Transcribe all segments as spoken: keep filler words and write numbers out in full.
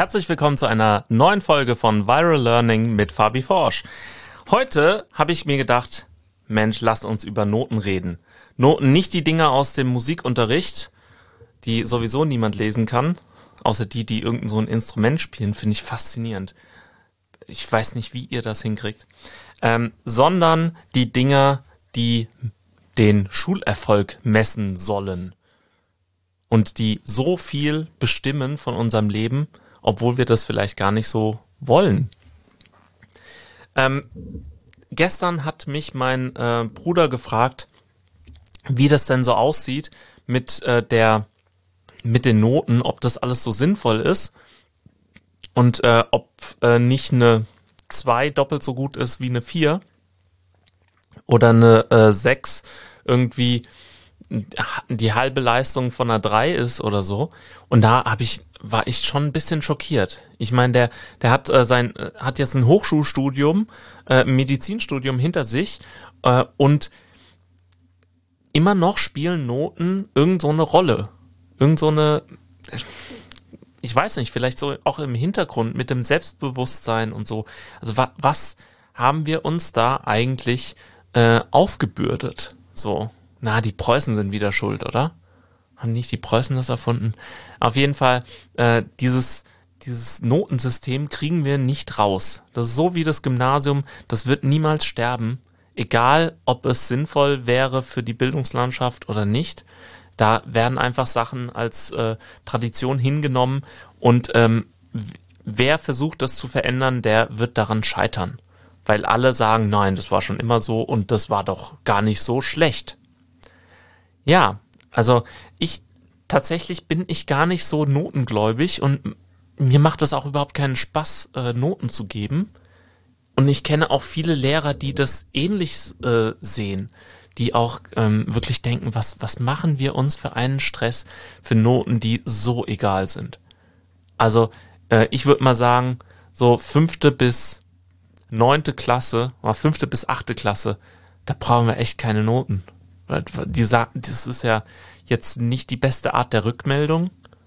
Herzlich willkommen zu einer neuen Folge von Viral Learning mit Fabi Forsch. Heute habe ich mir gedacht, Mensch, lasst uns über Noten reden. Noten, nicht die Dinger aus dem Musikunterricht, die sowieso niemand lesen kann, außer die, die irgend so ein Instrument spielen, finde ich faszinierend. Ich weiß nicht, wie ihr das hinkriegt. Ähm, sondern die Dinger, die den Schulerfolg messen sollen und die so viel bestimmen von unserem Leben, obwohl wir das vielleicht gar nicht so wollen. Ähm, gestern hat mich mein äh, Bruder gefragt, wie das denn so aussieht mit äh, der mit den Noten, ob das alles so sinnvoll ist und äh, ob äh, nicht eine zwei doppelt so gut ist wie eine vier oder eine äh, sechs irgendwie die halbe Leistung von einer drei ist oder so. Und da habe ich war ich schon ein bisschen schockiert. Ich meine, der der hat äh, sein äh, hat jetzt ein Hochschulstudium, äh, ein Medizinstudium hinter sich äh, und immer noch spielen Noten irgend so eine Rolle. Irgend so eine, ich weiß nicht, vielleicht so auch im Hintergrund mit dem Selbstbewusstsein und so. Also wa- was haben wir uns da eigentlich äh, aufgebürdet? So, na, die Preußen sind wieder schuld, oder? Haben nicht die Preußen das erfunden? Auf jeden Fall, äh, dieses, dieses Notensystem kriegen wir nicht raus. Das ist so wie das Gymnasium, das wird niemals sterben, egal ob es sinnvoll wäre für die Bildungslandschaft oder nicht. Da werden einfach Sachen als äh, Tradition hingenommen und ähm, w- wer versucht das zu verändern, der wird daran scheitern. Weil alle sagen, nein, das war schon immer so und das war doch gar nicht so schlecht. Ja, also ich tatsächlich bin ich gar nicht so notengläubig und mir macht es auch überhaupt keinen Spaß, äh, Noten zu geben. Und ich kenne auch viele Lehrer, die das ähnlich äh, sehen, die auch ähm, wirklich denken, was, was machen wir uns für einen Stress für Noten, die so egal sind. Also äh, ich würde mal sagen, so fünfte bis neunte Klasse oder fünfte bis achte Klasse, da brauchen wir echt keine Noten. Die sagen, das ist ja jetzt nicht die beste Art der Rückmeldung.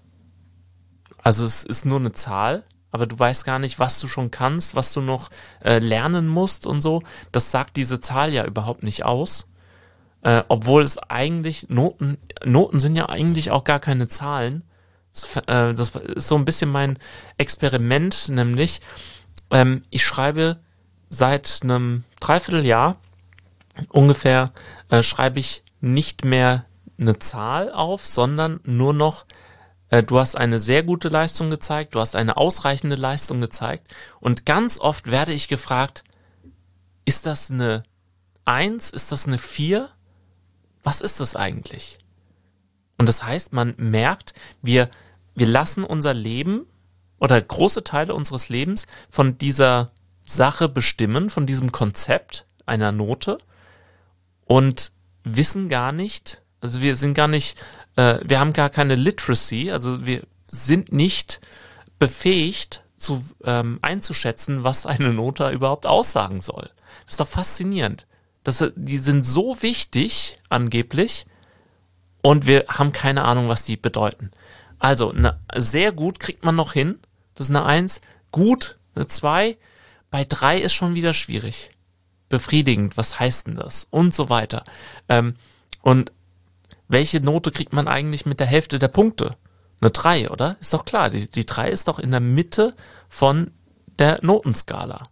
Also es ist nur eine Zahl, aber du weißt gar nicht, was du schon kannst, was du noch äh, lernen musst und so. Das sagt diese Zahl ja überhaupt nicht aus. Äh, obwohl es eigentlich, Noten, Noten sind ja eigentlich auch gar keine Zahlen. Das, äh, das ist so ein bisschen mein Experiment, nämlich ähm, ich schreibe seit einem Dreivierteljahr ungefähr äh, schreibe ich nicht mehr eine Zahl auf, sondern nur noch, äh, du hast eine sehr gute Leistung gezeigt, du hast eine ausreichende Leistung gezeigt und ganz oft werde ich gefragt, ist das eine eins, ist das eine vier? Was ist das eigentlich? Und das heißt, man merkt, wir, wir lassen unser Leben oder große Teile unseres Lebens von dieser Sache bestimmen, von diesem Konzept einer Note und wissen gar nicht, also wir sind gar nicht, äh, wir haben gar keine Literacy, also wir sind nicht befähigt zu ähm, einzuschätzen, was eine Note überhaupt aussagen soll. Das ist doch faszinierend. Das, die sind so wichtig, angeblich, und wir haben keine Ahnung, was die bedeuten. Also, ne, sehr gut kriegt man noch hin, das ist eine eins, gut, eine zwei, bei drei ist schon wieder schwierig. Befriedigend, was heißt denn das? Und so weiter. Ähm, und welche Note kriegt man eigentlich mit der Hälfte der Punkte? Eine drei, oder? Ist doch klar, die, die drei ist doch in der Mitte von der Notenskala.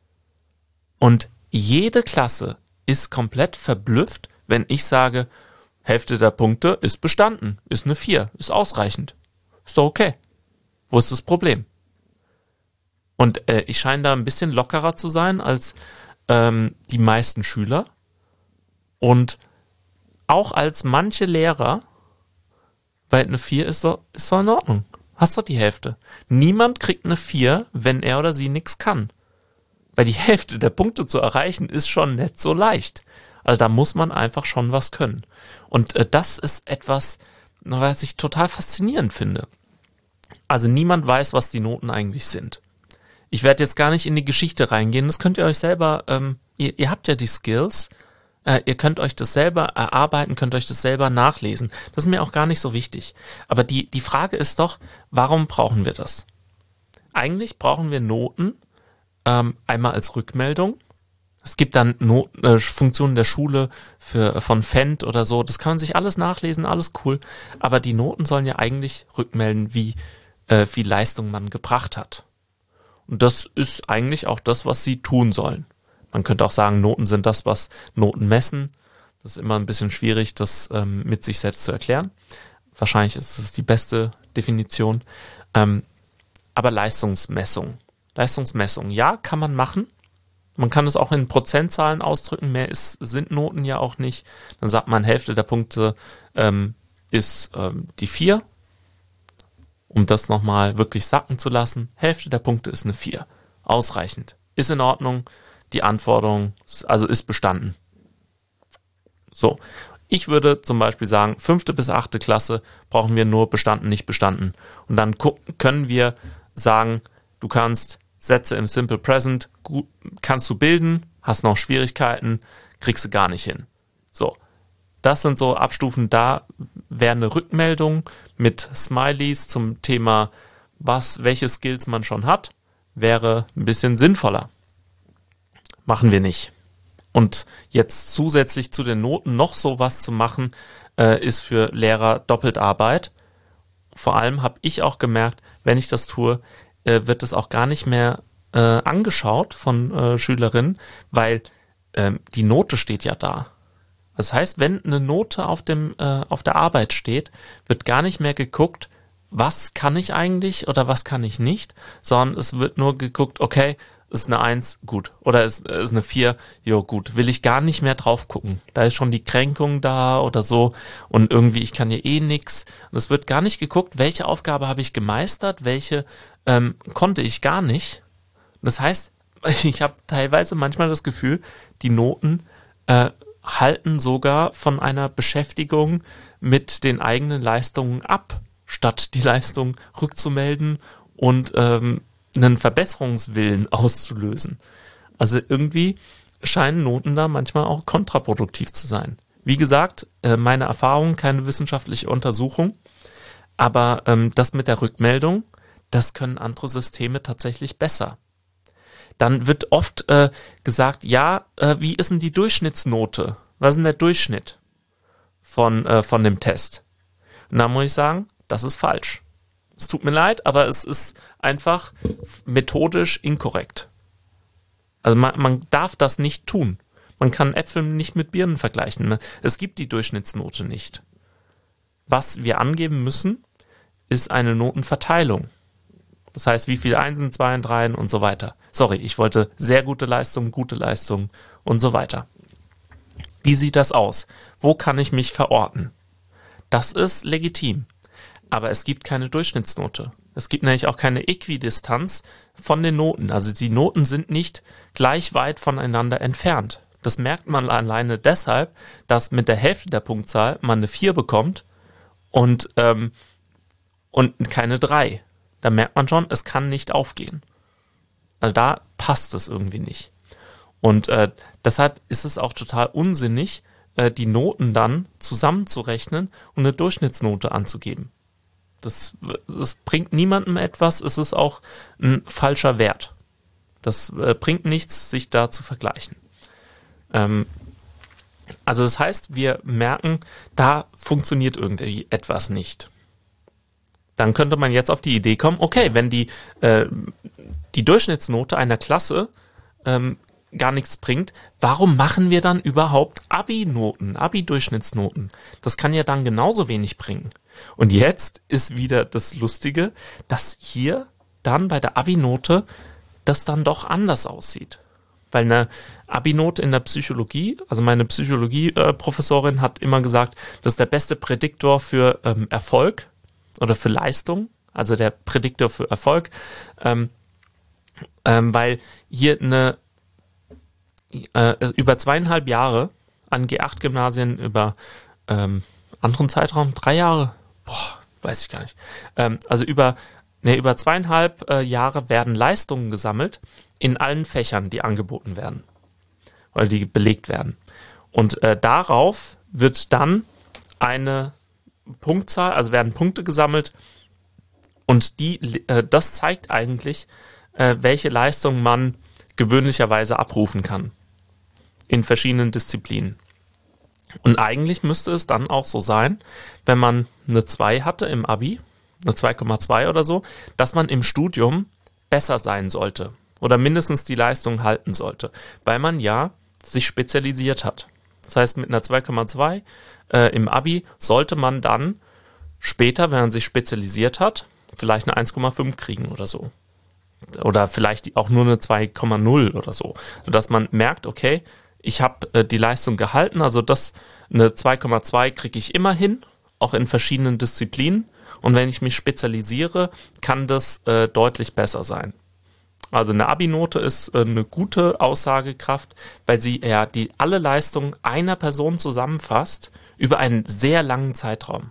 Und jede Klasse ist komplett verblüfft, wenn ich sage, Hälfte der Punkte ist bestanden, ist eine vier, ist ausreichend. Ist doch okay. Wo ist das Problem? Und äh, ich scheine da ein bisschen lockerer zu sein als ähm, die meisten Schüler und auch als manche Lehrer, weil eine vier ist doch, ist doch in Ordnung. Hast doch die Hälfte. Niemand kriegt eine vier, wenn er oder sie nichts kann. Weil die Hälfte der Punkte zu erreichen, ist schon nicht so leicht. Also da muss man einfach schon was können. Und äh, das ist etwas, was ich total faszinierend finde. Also niemand weiß, was die Noten eigentlich sind. Ich werde jetzt gar nicht in die Geschichte reingehen, das könnt ihr euch selber, ähm, ihr, ihr habt ja die Skills, äh, ihr könnt euch das selber erarbeiten, könnt euch das selber nachlesen. Das ist mir auch gar nicht so wichtig. Aber die, die Frage ist doch, warum brauchen wir das? eigentlich brauchen wir Noten ähm, einmal als Rückmeldung. Es gibt dann Not, äh, Funktionen der Schule für, von Fendt oder so. Das kann man sich alles nachlesen, alles cool. Aber die Noten sollen ja eigentlich rückmelden, wie äh, viel Leistung man gebracht hat. Und das ist eigentlich auch das, was sie tun sollen. Man könnte auch sagen, Noten sind das, was Noten messen. Das ist immer ein bisschen schwierig, das ähm, mit sich selbst zu erklären. Wahrscheinlich ist es die beste Definition. Ähm, aber Leistungsmessung. Leistungsmessung, ja, kann man machen. Man kann es auch in Prozentzahlen ausdrücken. Mehr ist, sind Noten ja auch nicht. Dann sagt man, Hälfte der Punkte ähm, ist ähm, die vier. Um das nochmal wirklich sacken zu lassen. Hälfte der Punkte ist eine vier. Ausreichend. Ist in Ordnung. Die Anforderung, also ist bestanden. So. Ich würde zum Beispiel sagen, fünfte bis achte Klasse brauchen wir nur bestanden, nicht bestanden. Und dann können wir sagen, du kannst Sätze im Simple Present, gut, kannst du bilden, hast noch Schwierigkeiten, kriegst du gar nicht hin. So, das sind so Abstufen, da wäre eine Rückmeldung mit Smileys zum Thema, was, welche Skills man schon hat, wäre ein bisschen sinnvoller. Machen wir nicht. Und jetzt zusätzlich zu den Noten noch sowas zu machen, äh, ist für Lehrer doppelt Arbeit. Vor allem habe ich auch gemerkt, wenn ich das tue, äh, wird es auch gar nicht mehr äh, angeschaut von äh, Schülerinnen, weil äh, die Note steht ja da. Das heißt, wenn eine Note auf dem äh, auf der Arbeit steht, wird gar nicht mehr geguckt, was kann ich eigentlich oder was kann ich nicht, sondern es wird nur geguckt, okay, ist eine eins, gut. Oder ist, ist eine vier, jo, gut. Will ich gar nicht mehr drauf gucken. Da ist schon die Kränkung da oder so und irgendwie, ich kann hier eh nix. Und es wird gar nicht geguckt, welche Aufgabe habe ich gemeistert, welche ähm, konnte ich gar nicht. Das heißt, ich habe teilweise manchmal das Gefühl, die Noten äh, halten sogar von einer Beschäftigung mit den eigenen Leistungen ab, statt die Leistung rückzumelden und ähm, einen Verbesserungswillen auszulösen. Also irgendwie scheinen Noten da manchmal auch kontraproduktiv zu sein. Wie gesagt, meine Erfahrung, keine wissenschaftliche Untersuchung, aber ähm, das mit der Rückmeldung, das können andere Systeme tatsächlich besser. Dann wird oft äh, gesagt, ja, äh, wie ist denn die Durchschnittsnote? Was ist denn der Durchschnitt von, äh, von dem Test? Und da muss ich sagen, das ist falsch. Es tut mir leid, aber es ist einfach methodisch inkorrekt. Also man, man darf das nicht tun. Man kann Äpfel nicht mit Birnen vergleichen. Es gibt die Durchschnittsnote nicht. Was wir angeben müssen, ist eine Notenverteilung. Das heißt, wie viel Einsen, Zweien, Dreien und so weiter. Sorry, ich wollte sehr gute Leistung, gute Leistung und so weiter. Wie sieht das aus? Wo kann ich mich verorten? Das ist legitim. Aber es gibt keine Durchschnittsnote. Es gibt nämlich auch keine Äquidistanz von den Noten. Also die Noten sind nicht gleich weit voneinander entfernt. Das merkt man alleine deshalb, dass mit der Hälfte der Punktzahl man eine vier bekommt und, ähm, und keine drei. Da merkt man schon, es kann nicht aufgehen. Also da passt es irgendwie nicht. Und äh, deshalb ist es auch total unsinnig, äh, die Noten dann zusammenzurechnen und eine Durchschnittsnote anzugeben. Das, das bringt niemandem etwas, es ist auch ein falscher Wert. Das äh, bringt nichts, sich da zu vergleichen. Ähm, also das heißt, wir merken, da funktioniert irgendwie etwas nicht. Dann könnte man jetzt auf die Idee kommen, okay, wenn die, äh, die Durchschnittsnote einer Klasse ähm, gar nichts bringt, warum machen wir dann überhaupt Abi-Noten, Abi-Durchschnittsnoten? Das kann ja dann genauso wenig bringen. Und jetzt ist wieder das Lustige, dass hier dann bei der Abi-Note das dann doch anders aussieht. Weil eine Abi-Note in der Psychologie, also meine Psychologie-Professorin hat immer gesagt, das ist der beste Prädiktor für ähm, Erfolg oder für Leistung, also der Prädiktor für Erfolg, ähm, ähm, weil hier eine äh, über zweieinhalb Jahre an G acht Gymnasien über ähm, anderen Zeitraum, drei Jahre, boah, weiß ich gar nicht, ähm, also über, ne, über zweieinhalb äh, Jahre werden Leistungen gesammelt in allen Fächern, die angeboten werden oder die belegt werden. Und äh, darauf wird dann eine Punktzahl, also werden Punkte gesammelt Und die, äh, das zeigt eigentlich, äh, welche Leistung man gewöhnlicherweise abrufen kann in verschiedenen Disziplinen. Und eigentlich müsste es dann auch so sein, wenn man eine zwei hatte im Abi, eine zwei Komma zwei oder so, dass man im Studium besser sein sollte oder mindestens die Leistung halten sollte, weil man ja sich spezialisiert hat. Das heißt, mit einer zwei Komma zwei äh, im Abi sollte man dann später, wenn man sich spezialisiert hat, vielleicht eine eins Komma fünf kriegen oder so. Oder vielleicht auch nur eine zwei Komma null oder so. Dass man merkt, okay, ich habe äh, die Leistung gehalten, also das eine zwei Komma zwei kriege ich immer hin, auch in verschiedenen Disziplinen. Und wenn ich mich spezialisiere, kann das äh, deutlich besser sein. Also eine Abi-Note ist äh, eine gute Aussagekraft, weil sie ja die alle Leistungen einer Person zusammenfasst über einen sehr langen Zeitraum.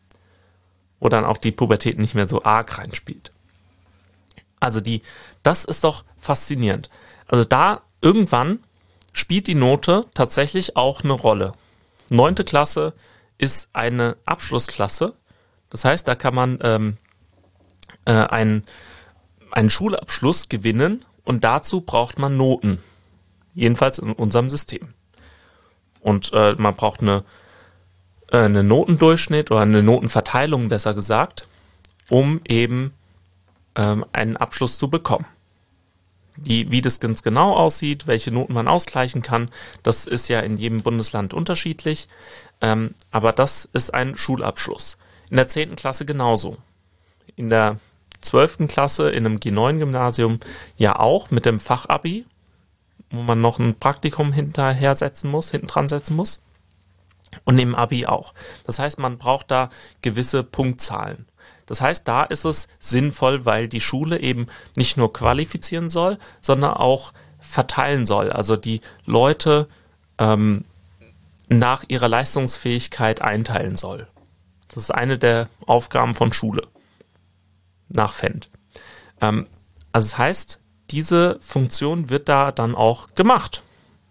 Wo dann auch die Pubertät nicht mehr so arg reinspielt. Also die, das ist doch faszinierend. Also da irgendwann spielt die Note tatsächlich auch eine Rolle. Neunte Klasse ist eine Abschlussklasse. Das heißt, da kann man ähm, äh, einen, einen Schulabschluss gewinnen und dazu braucht man Noten. Jedenfalls in unserem System. Und äh, man braucht eine, äh, einen Notendurchschnitt oder eine Notenverteilung, besser gesagt, um eben ähm, einen Abschluss zu bekommen. Die, wie das ganz genau aussieht, welche Noten man ausgleichen kann, das ist ja in jedem Bundesland unterschiedlich. Ähm, aber das ist ein Schulabschluss. In der zehnten Klasse genauso. In der zwölften Klasse in einem G neun Gymnasium ja auch mit dem Fachabi, wo man noch ein Praktikum hinterher setzen muss, hinten dran setzen muss. Und im Abi auch. Das heißt, man braucht da gewisse Punktzahlen. Das heißt, da ist es sinnvoll, weil die Schule eben nicht nur qualifizieren soll, sondern auch verteilen soll. Also die Leute ähm, nach ihrer Leistungsfähigkeit einteilen soll. Das ist eine der Aufgaben von Schule. Nach Fendt. Ähm, also das heißt, diese Funktion wird da dann auch gemacht.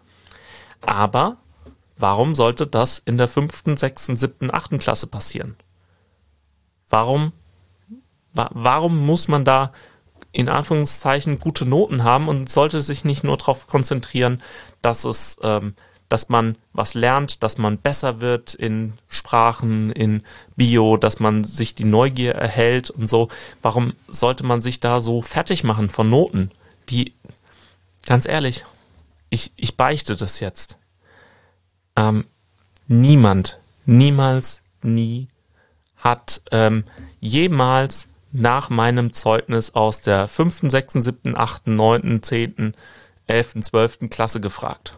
Aber warum sollte das in der fünften, sechsten, siebten, achten Klasse passieren? Warum, wa- warum muss man da in Anführungszeichen gute Noten haben und sollte sich nicht nur darauf konzentrieren, dass es, ähm, dass man was lernt, dass man besser wird in Sprachen, in Bio, dass man sich die Neugier erhält und so. Warum sollte man sich da so fertig machen von Noten? Die, ganz ehrlich, ich, ich beichte das jetzt. Ähm, niemand, niemals, nie hat ähm, jemals nach meinem Zeugnis aus der fünften, sechsten, siebten, achten, neunten, zehnten, elften, zwölften Klasse gefragt.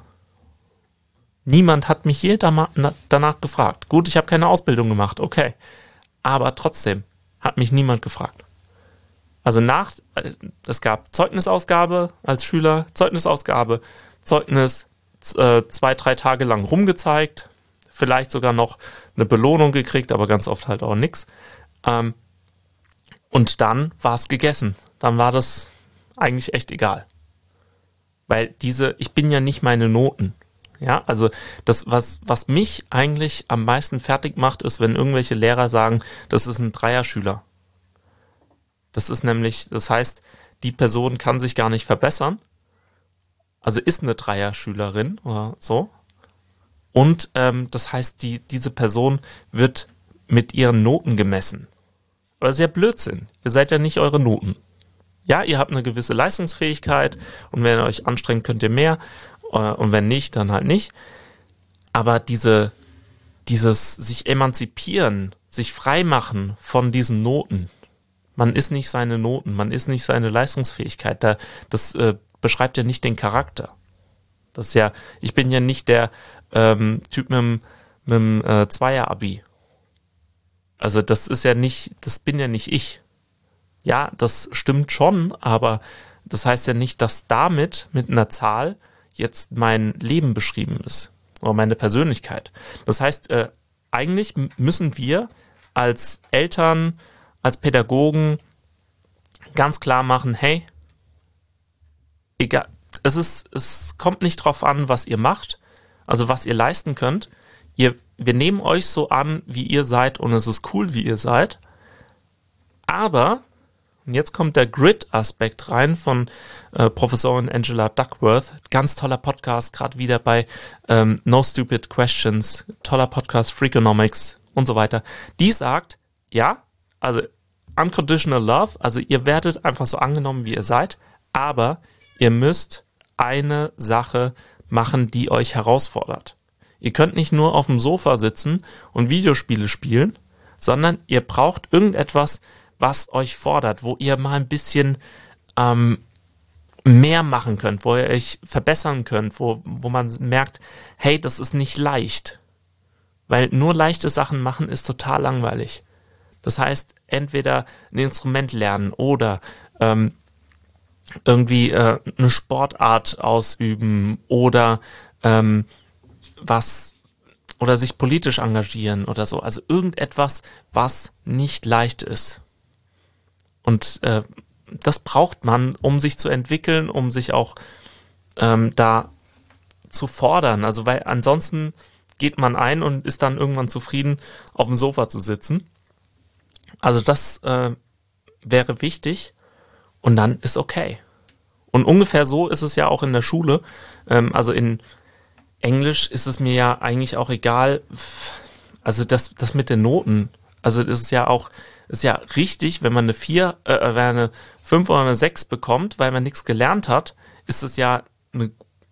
Niemand hat mich je danach gefragt. Gut, ich habe keine Ausbildung gemacht, okay. Aber trotzdem hat mich niemand gefragt. Also nach, es gab Zeugnisausgabe als Schüler, Zeugnisausgabe, Zeugnis äh, zwei, drei Tage lang rumgezeigt, vielleicht sogar noch eine Belohnung gekriegt, aber ganz oft halt auch nix. Ähm, und dann war es gegessen. Dann war das eigentlich echt egal. Weil diese, ich bin ja nicht meine Noten. Ja, also das, was, was mich eigentlich am meisten fertig macht, ist, wenn irgendwelche Lehrer sagen, das ist ein Dreierschüler. Das ist nämlich, das heißt, die Person kann sich gar nicht verbessern. Also ist eine Dreierschülerin oder so. Und ähm, das heißt, die, diese Person wird mit ihren Noten gemessen. Aber sehr Blödsinn. Ihr seid ja nicht eure Noten. Ja, ihr habt eine gewisse Leistungsfähigkeit und wenn ihr euch anstrengt, könnt ihr mehr. Und wenn nicht, dann halt nicht. Aber diese, dieses sich emanzipieren, sich freimachen von diesen Noten. Man ist nicht seine Noten, man ist nicht seine Leistungsfähigkeit. Da, das äh, beschreibt ja nicht den Charakter. Das ist ja, ich bin ja nicht der ähm, Typ mit dem, mit dem äh, Zweier-Abi. Also das ist ja nicht, das bin ja nicht ich. Ja, das stimmt schon, aber das heißt ja nicht, dass damit mit einer Zahl jetzt mein Leben beschrieben ist oder meine Persönlichkeit. Das heißt, äh, eigentlich müssen wir als Eltern, als Pädagogen ganz klar machen, hey, egal, es ist, es kommt nicht drauf an, was ihr macht, also was ihr leisten könnt. Ihr, wir nehmen euch so an, wie ihr seid und es ist cool, wie ihr seid. Aber Und jetzt kommt der Grit-Aspekt rein von äh, Professorin Angela Duckworth. Ganz toller Podcast, gerade wieder bei ähm, No Stupid Questions, toller Podcast, Freakonomics und so weiter. Die sagt, ja, also Unconditional Love, also ihr werdet einfach so angenommen, wie ihr seid, aber ihr müsst eine Sache machen, die euch herausfordert. Ihr könnt nicht nur auf dem Sofa sitzen und Videospiele spielen, sondern ihr braucht irgendetwas, was euch fordert, wo ihr mal ein bisschen ähm, mehr machen könnt, wo ihr euch verbessern könnt, wo, wo man merkt, hey, das ist nicht leicht. Weil nur leichte Sachen machen ist total langweilig. Das heißt, entweder ein Instrument lernen oder ähm, irgendwie äh, eine Sportart ausüben oder ähm, was oder sich politisch engagieren oder so. Also irgendetwas, was nicht leicht ist. Und äh, das braucht man, um sich zu entwickeln, um sich auch ähm, da zu fordern. Also weil ansonsten geht man ein und ist dann irgendwann zufrieden, auf dem Sofa zu sitzen. Also das äh, wäre wichtig und dann ist okay. Und ungefähr so ist es ja auch in der Schule. Ähm, also in Englisch ist es mir ja eigentlich auch egal. Also das, das mit den Noten. Also das ist ja auch, ist ja richtig, wenn man eine vier, äh, wenn man eine fünf oder eine sechs bekommt, weil man nichts gelernt hat, ist es ja eine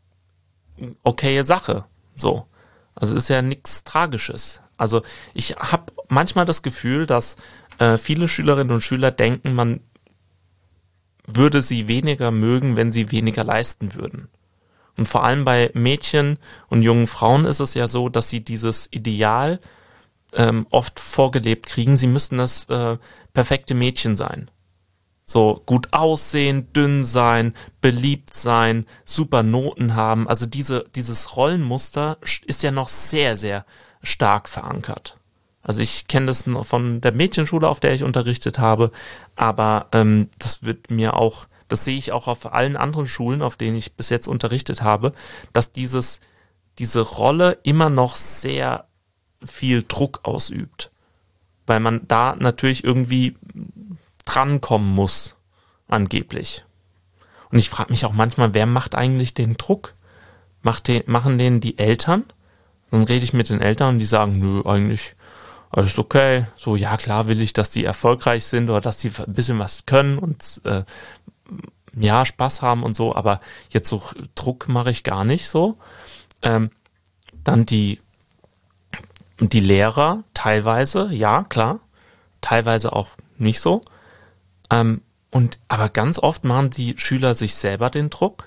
okaye Sache. So. Also ist ja nichts Tragisches. Also ich habe manchmal das Gefühl, dass äh, viele Schülerinnen und Schüler denken, man würde sie weniger mögen, wenn sie weniger leisten würden. Und vor allem bei Mädchen und jungen Frauen ist es ja so, dass sie dieses Ideal ähm, oft vorgelebt kriegen. Sie müssten das äh, perfekte Mädchen sein. So gut aussehen, dünn sein, beliebt sein, super Noten haben. Also diese dieses Rollenmuster ist ja noch sehr, sehr stark verankert. Also ich kenne das noch von der Mädchenschule, auf der ich unterrichtet habe, aber ähm, das wird mir auch, das sehe ich auch auf allen anderen Schulen, auf denen ich bis jetzt unterrichtet habe, dass dieses diese Rolle immer noch sehr viel Druck ausübt, weil man da natürlich irgendwie drankommen muss, angeblich. Und ich frage mich auch manchmal, wer macht eigentlich den Druck? Macht den, machen den die Eltern? Dann rede ich mit den Eltern und die sagen, nö, eigentlich alles okay. So, ja klar will ich, dass die erfolgreich sind oder dass die ein bisschen was können und äh, ja, Spaß haben und so, aber jetzt so Druck mache ich gar nicht so. Ähm, dann die die Lehrer teilweise, ja klar, teilweise auch nicht so. Ähm, und aber ganz oft machen die Schüler sich selber den Druck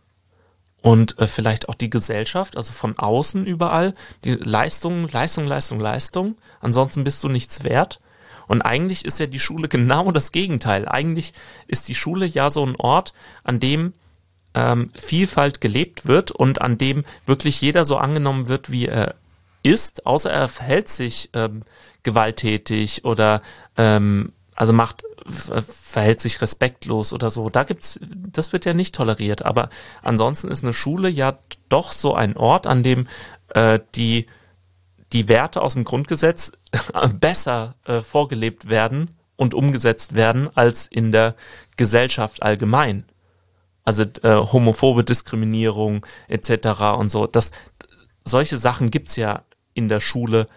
und äh, vielleicht auch die Gesellschaft, also von außen überall, die Leistung, Leistung, Leistung, Leistung, ansonsten bist du nichts wert. Und eigentlich ist ja die Schule genau das Gegenteil. Eigentlich ist die Schule ja so ein Ort, an dem ähm, Vielfalt gelebt wird und an dem wirklich jeder so angenommen wird, wie er ist, außer er verhält sich ähm, gewalttätig oder ähm, also macht verhält sich respektlos oder so. Da gibt's, das wird ja nicht toleriert. Aber ansonsten ist eine Schule ja doch so ein Ort, an dem äh, die die Werte aus dem Grundgesetz besser äh, vorgelebt werden und umgesetzt werden als in der Gesellschaft allgemein. Also äh, homophobe Diskriminierung et cetera und so. Das, solche Sachen gibt's ja in der Schule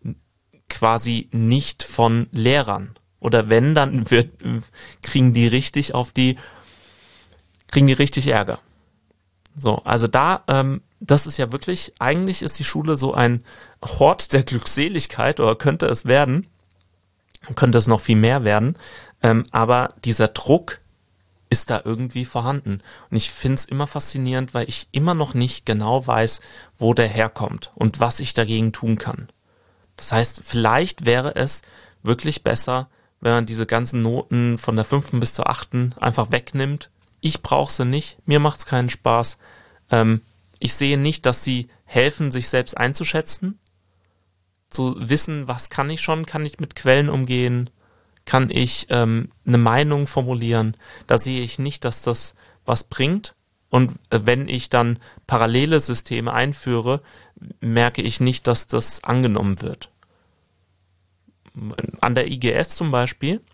quasi nicht von Lehrern. Oder wenn, dann wird, kriegen die richtig auf die, kriegen die richtig Ärger. So, also da, ähm, das ist ja wirklich, eigentlich ist die Schule so ein Hort der Glückseligkeit oder könnte es werden, könnte es noch viel mehr werden, ähm, aber dieser Druck ist da irgendwie vorhanden. Und ich finde es immer faszinierend, weil ich immer noch nicht genau weiß, wo der herkommt und was ich dagegen tun kann. Das heißt, vielleicht wäre es wirklich besser, wenn man diese ganzen Noten von der fünften bis zur achten einfach wegnimmt. Ich brauche sie nicht, mir macht es keinen Spaß. Ähm, ich sehe nicht, dass sie helfen, sich selbst einzuschätzen, zu wissen, was kann ich schon, kann ich mit Quellen umgehen, kann ich ähm, eine Meinung formulieren. Da sehe ich nicht, dass das was bringt. Und äh, wenn ich dann parallele Systeme einführe, merke ich nicht, dass das angenommen wird. An der I G S zum Beispiel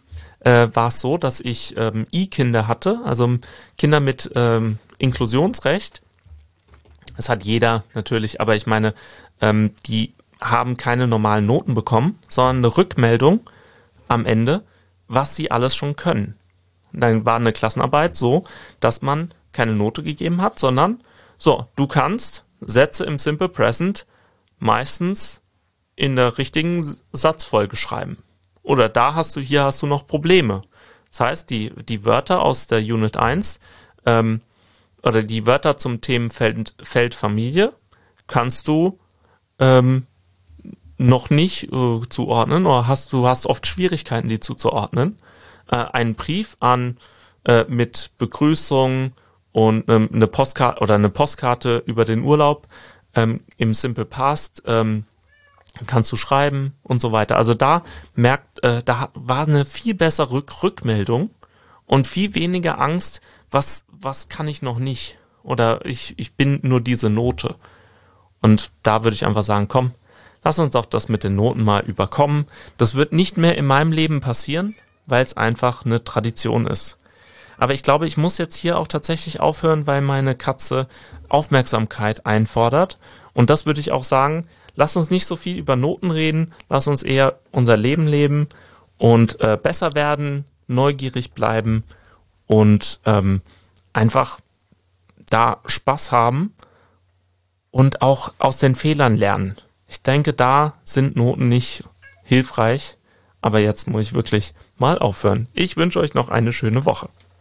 äh, war es so, dass ich ähm, I-Kinder hatte, also Kinder mit ähm, Inklusionsrecht. Das hat jeder natürlich, aber ich meine, ähm, die haben keine normalen Noten bekommen, sondern eine Rückmeldung am Ende, was sie alles schon können. Dann war eine Klassenarbeit so, dass man keine Note gegeben hat, sondern so, du kannst Sätze im Simple Present meistens in der richtigen Satzfolge schreiben. Oder da hast du, hier hast du noch Probleme. Das heißt, die, die Wörter aus der Unit eins ähm, oder die Wörter zum Themenfeld Feld Familie kannst du ähm, noch nicht äh, zuordnen oder hast du hast oft Schwierigkeiten, die zuzuordnen. Äh, einen Brief an äh, mit Begrüßung und ähm, eine Postkarte oder eine Postkarte über den Urlaub ähm, im Simple Past ähm, kannst du schreiben und so weiter. Also da merkt, äh, da war eine viel bessere Rück- Rückmeldung und viel weniger Angst, was was kann ich noch nicht oder ich ich bin nur diese Note. Und da würde ich einfach sagen, komm, lass uns doch das mit den Noten mal überkommen. Das wird nicht mehr in meinem Leben passieren, weil es einfach eine Tradition ist. Aber ich glaube, ich muss jetzt hier auch tatsächlich aufhören, weil meine Katze Aufmerksamkeit einfordert. Und das würde ich auch sagen, lass uns nicht so viel über Noten reden, lass uns eher unser Leben leben und äh, besser werden, neugierig bleiben und ähm, einfach da Spaß haben und auch aus den Fehlern lernen. Ich denke, da sind Noten nicht hilfreich, aber jetzt muss ich wirklich mal aufhören. Ich wünsche euch noch eine schöne Woche.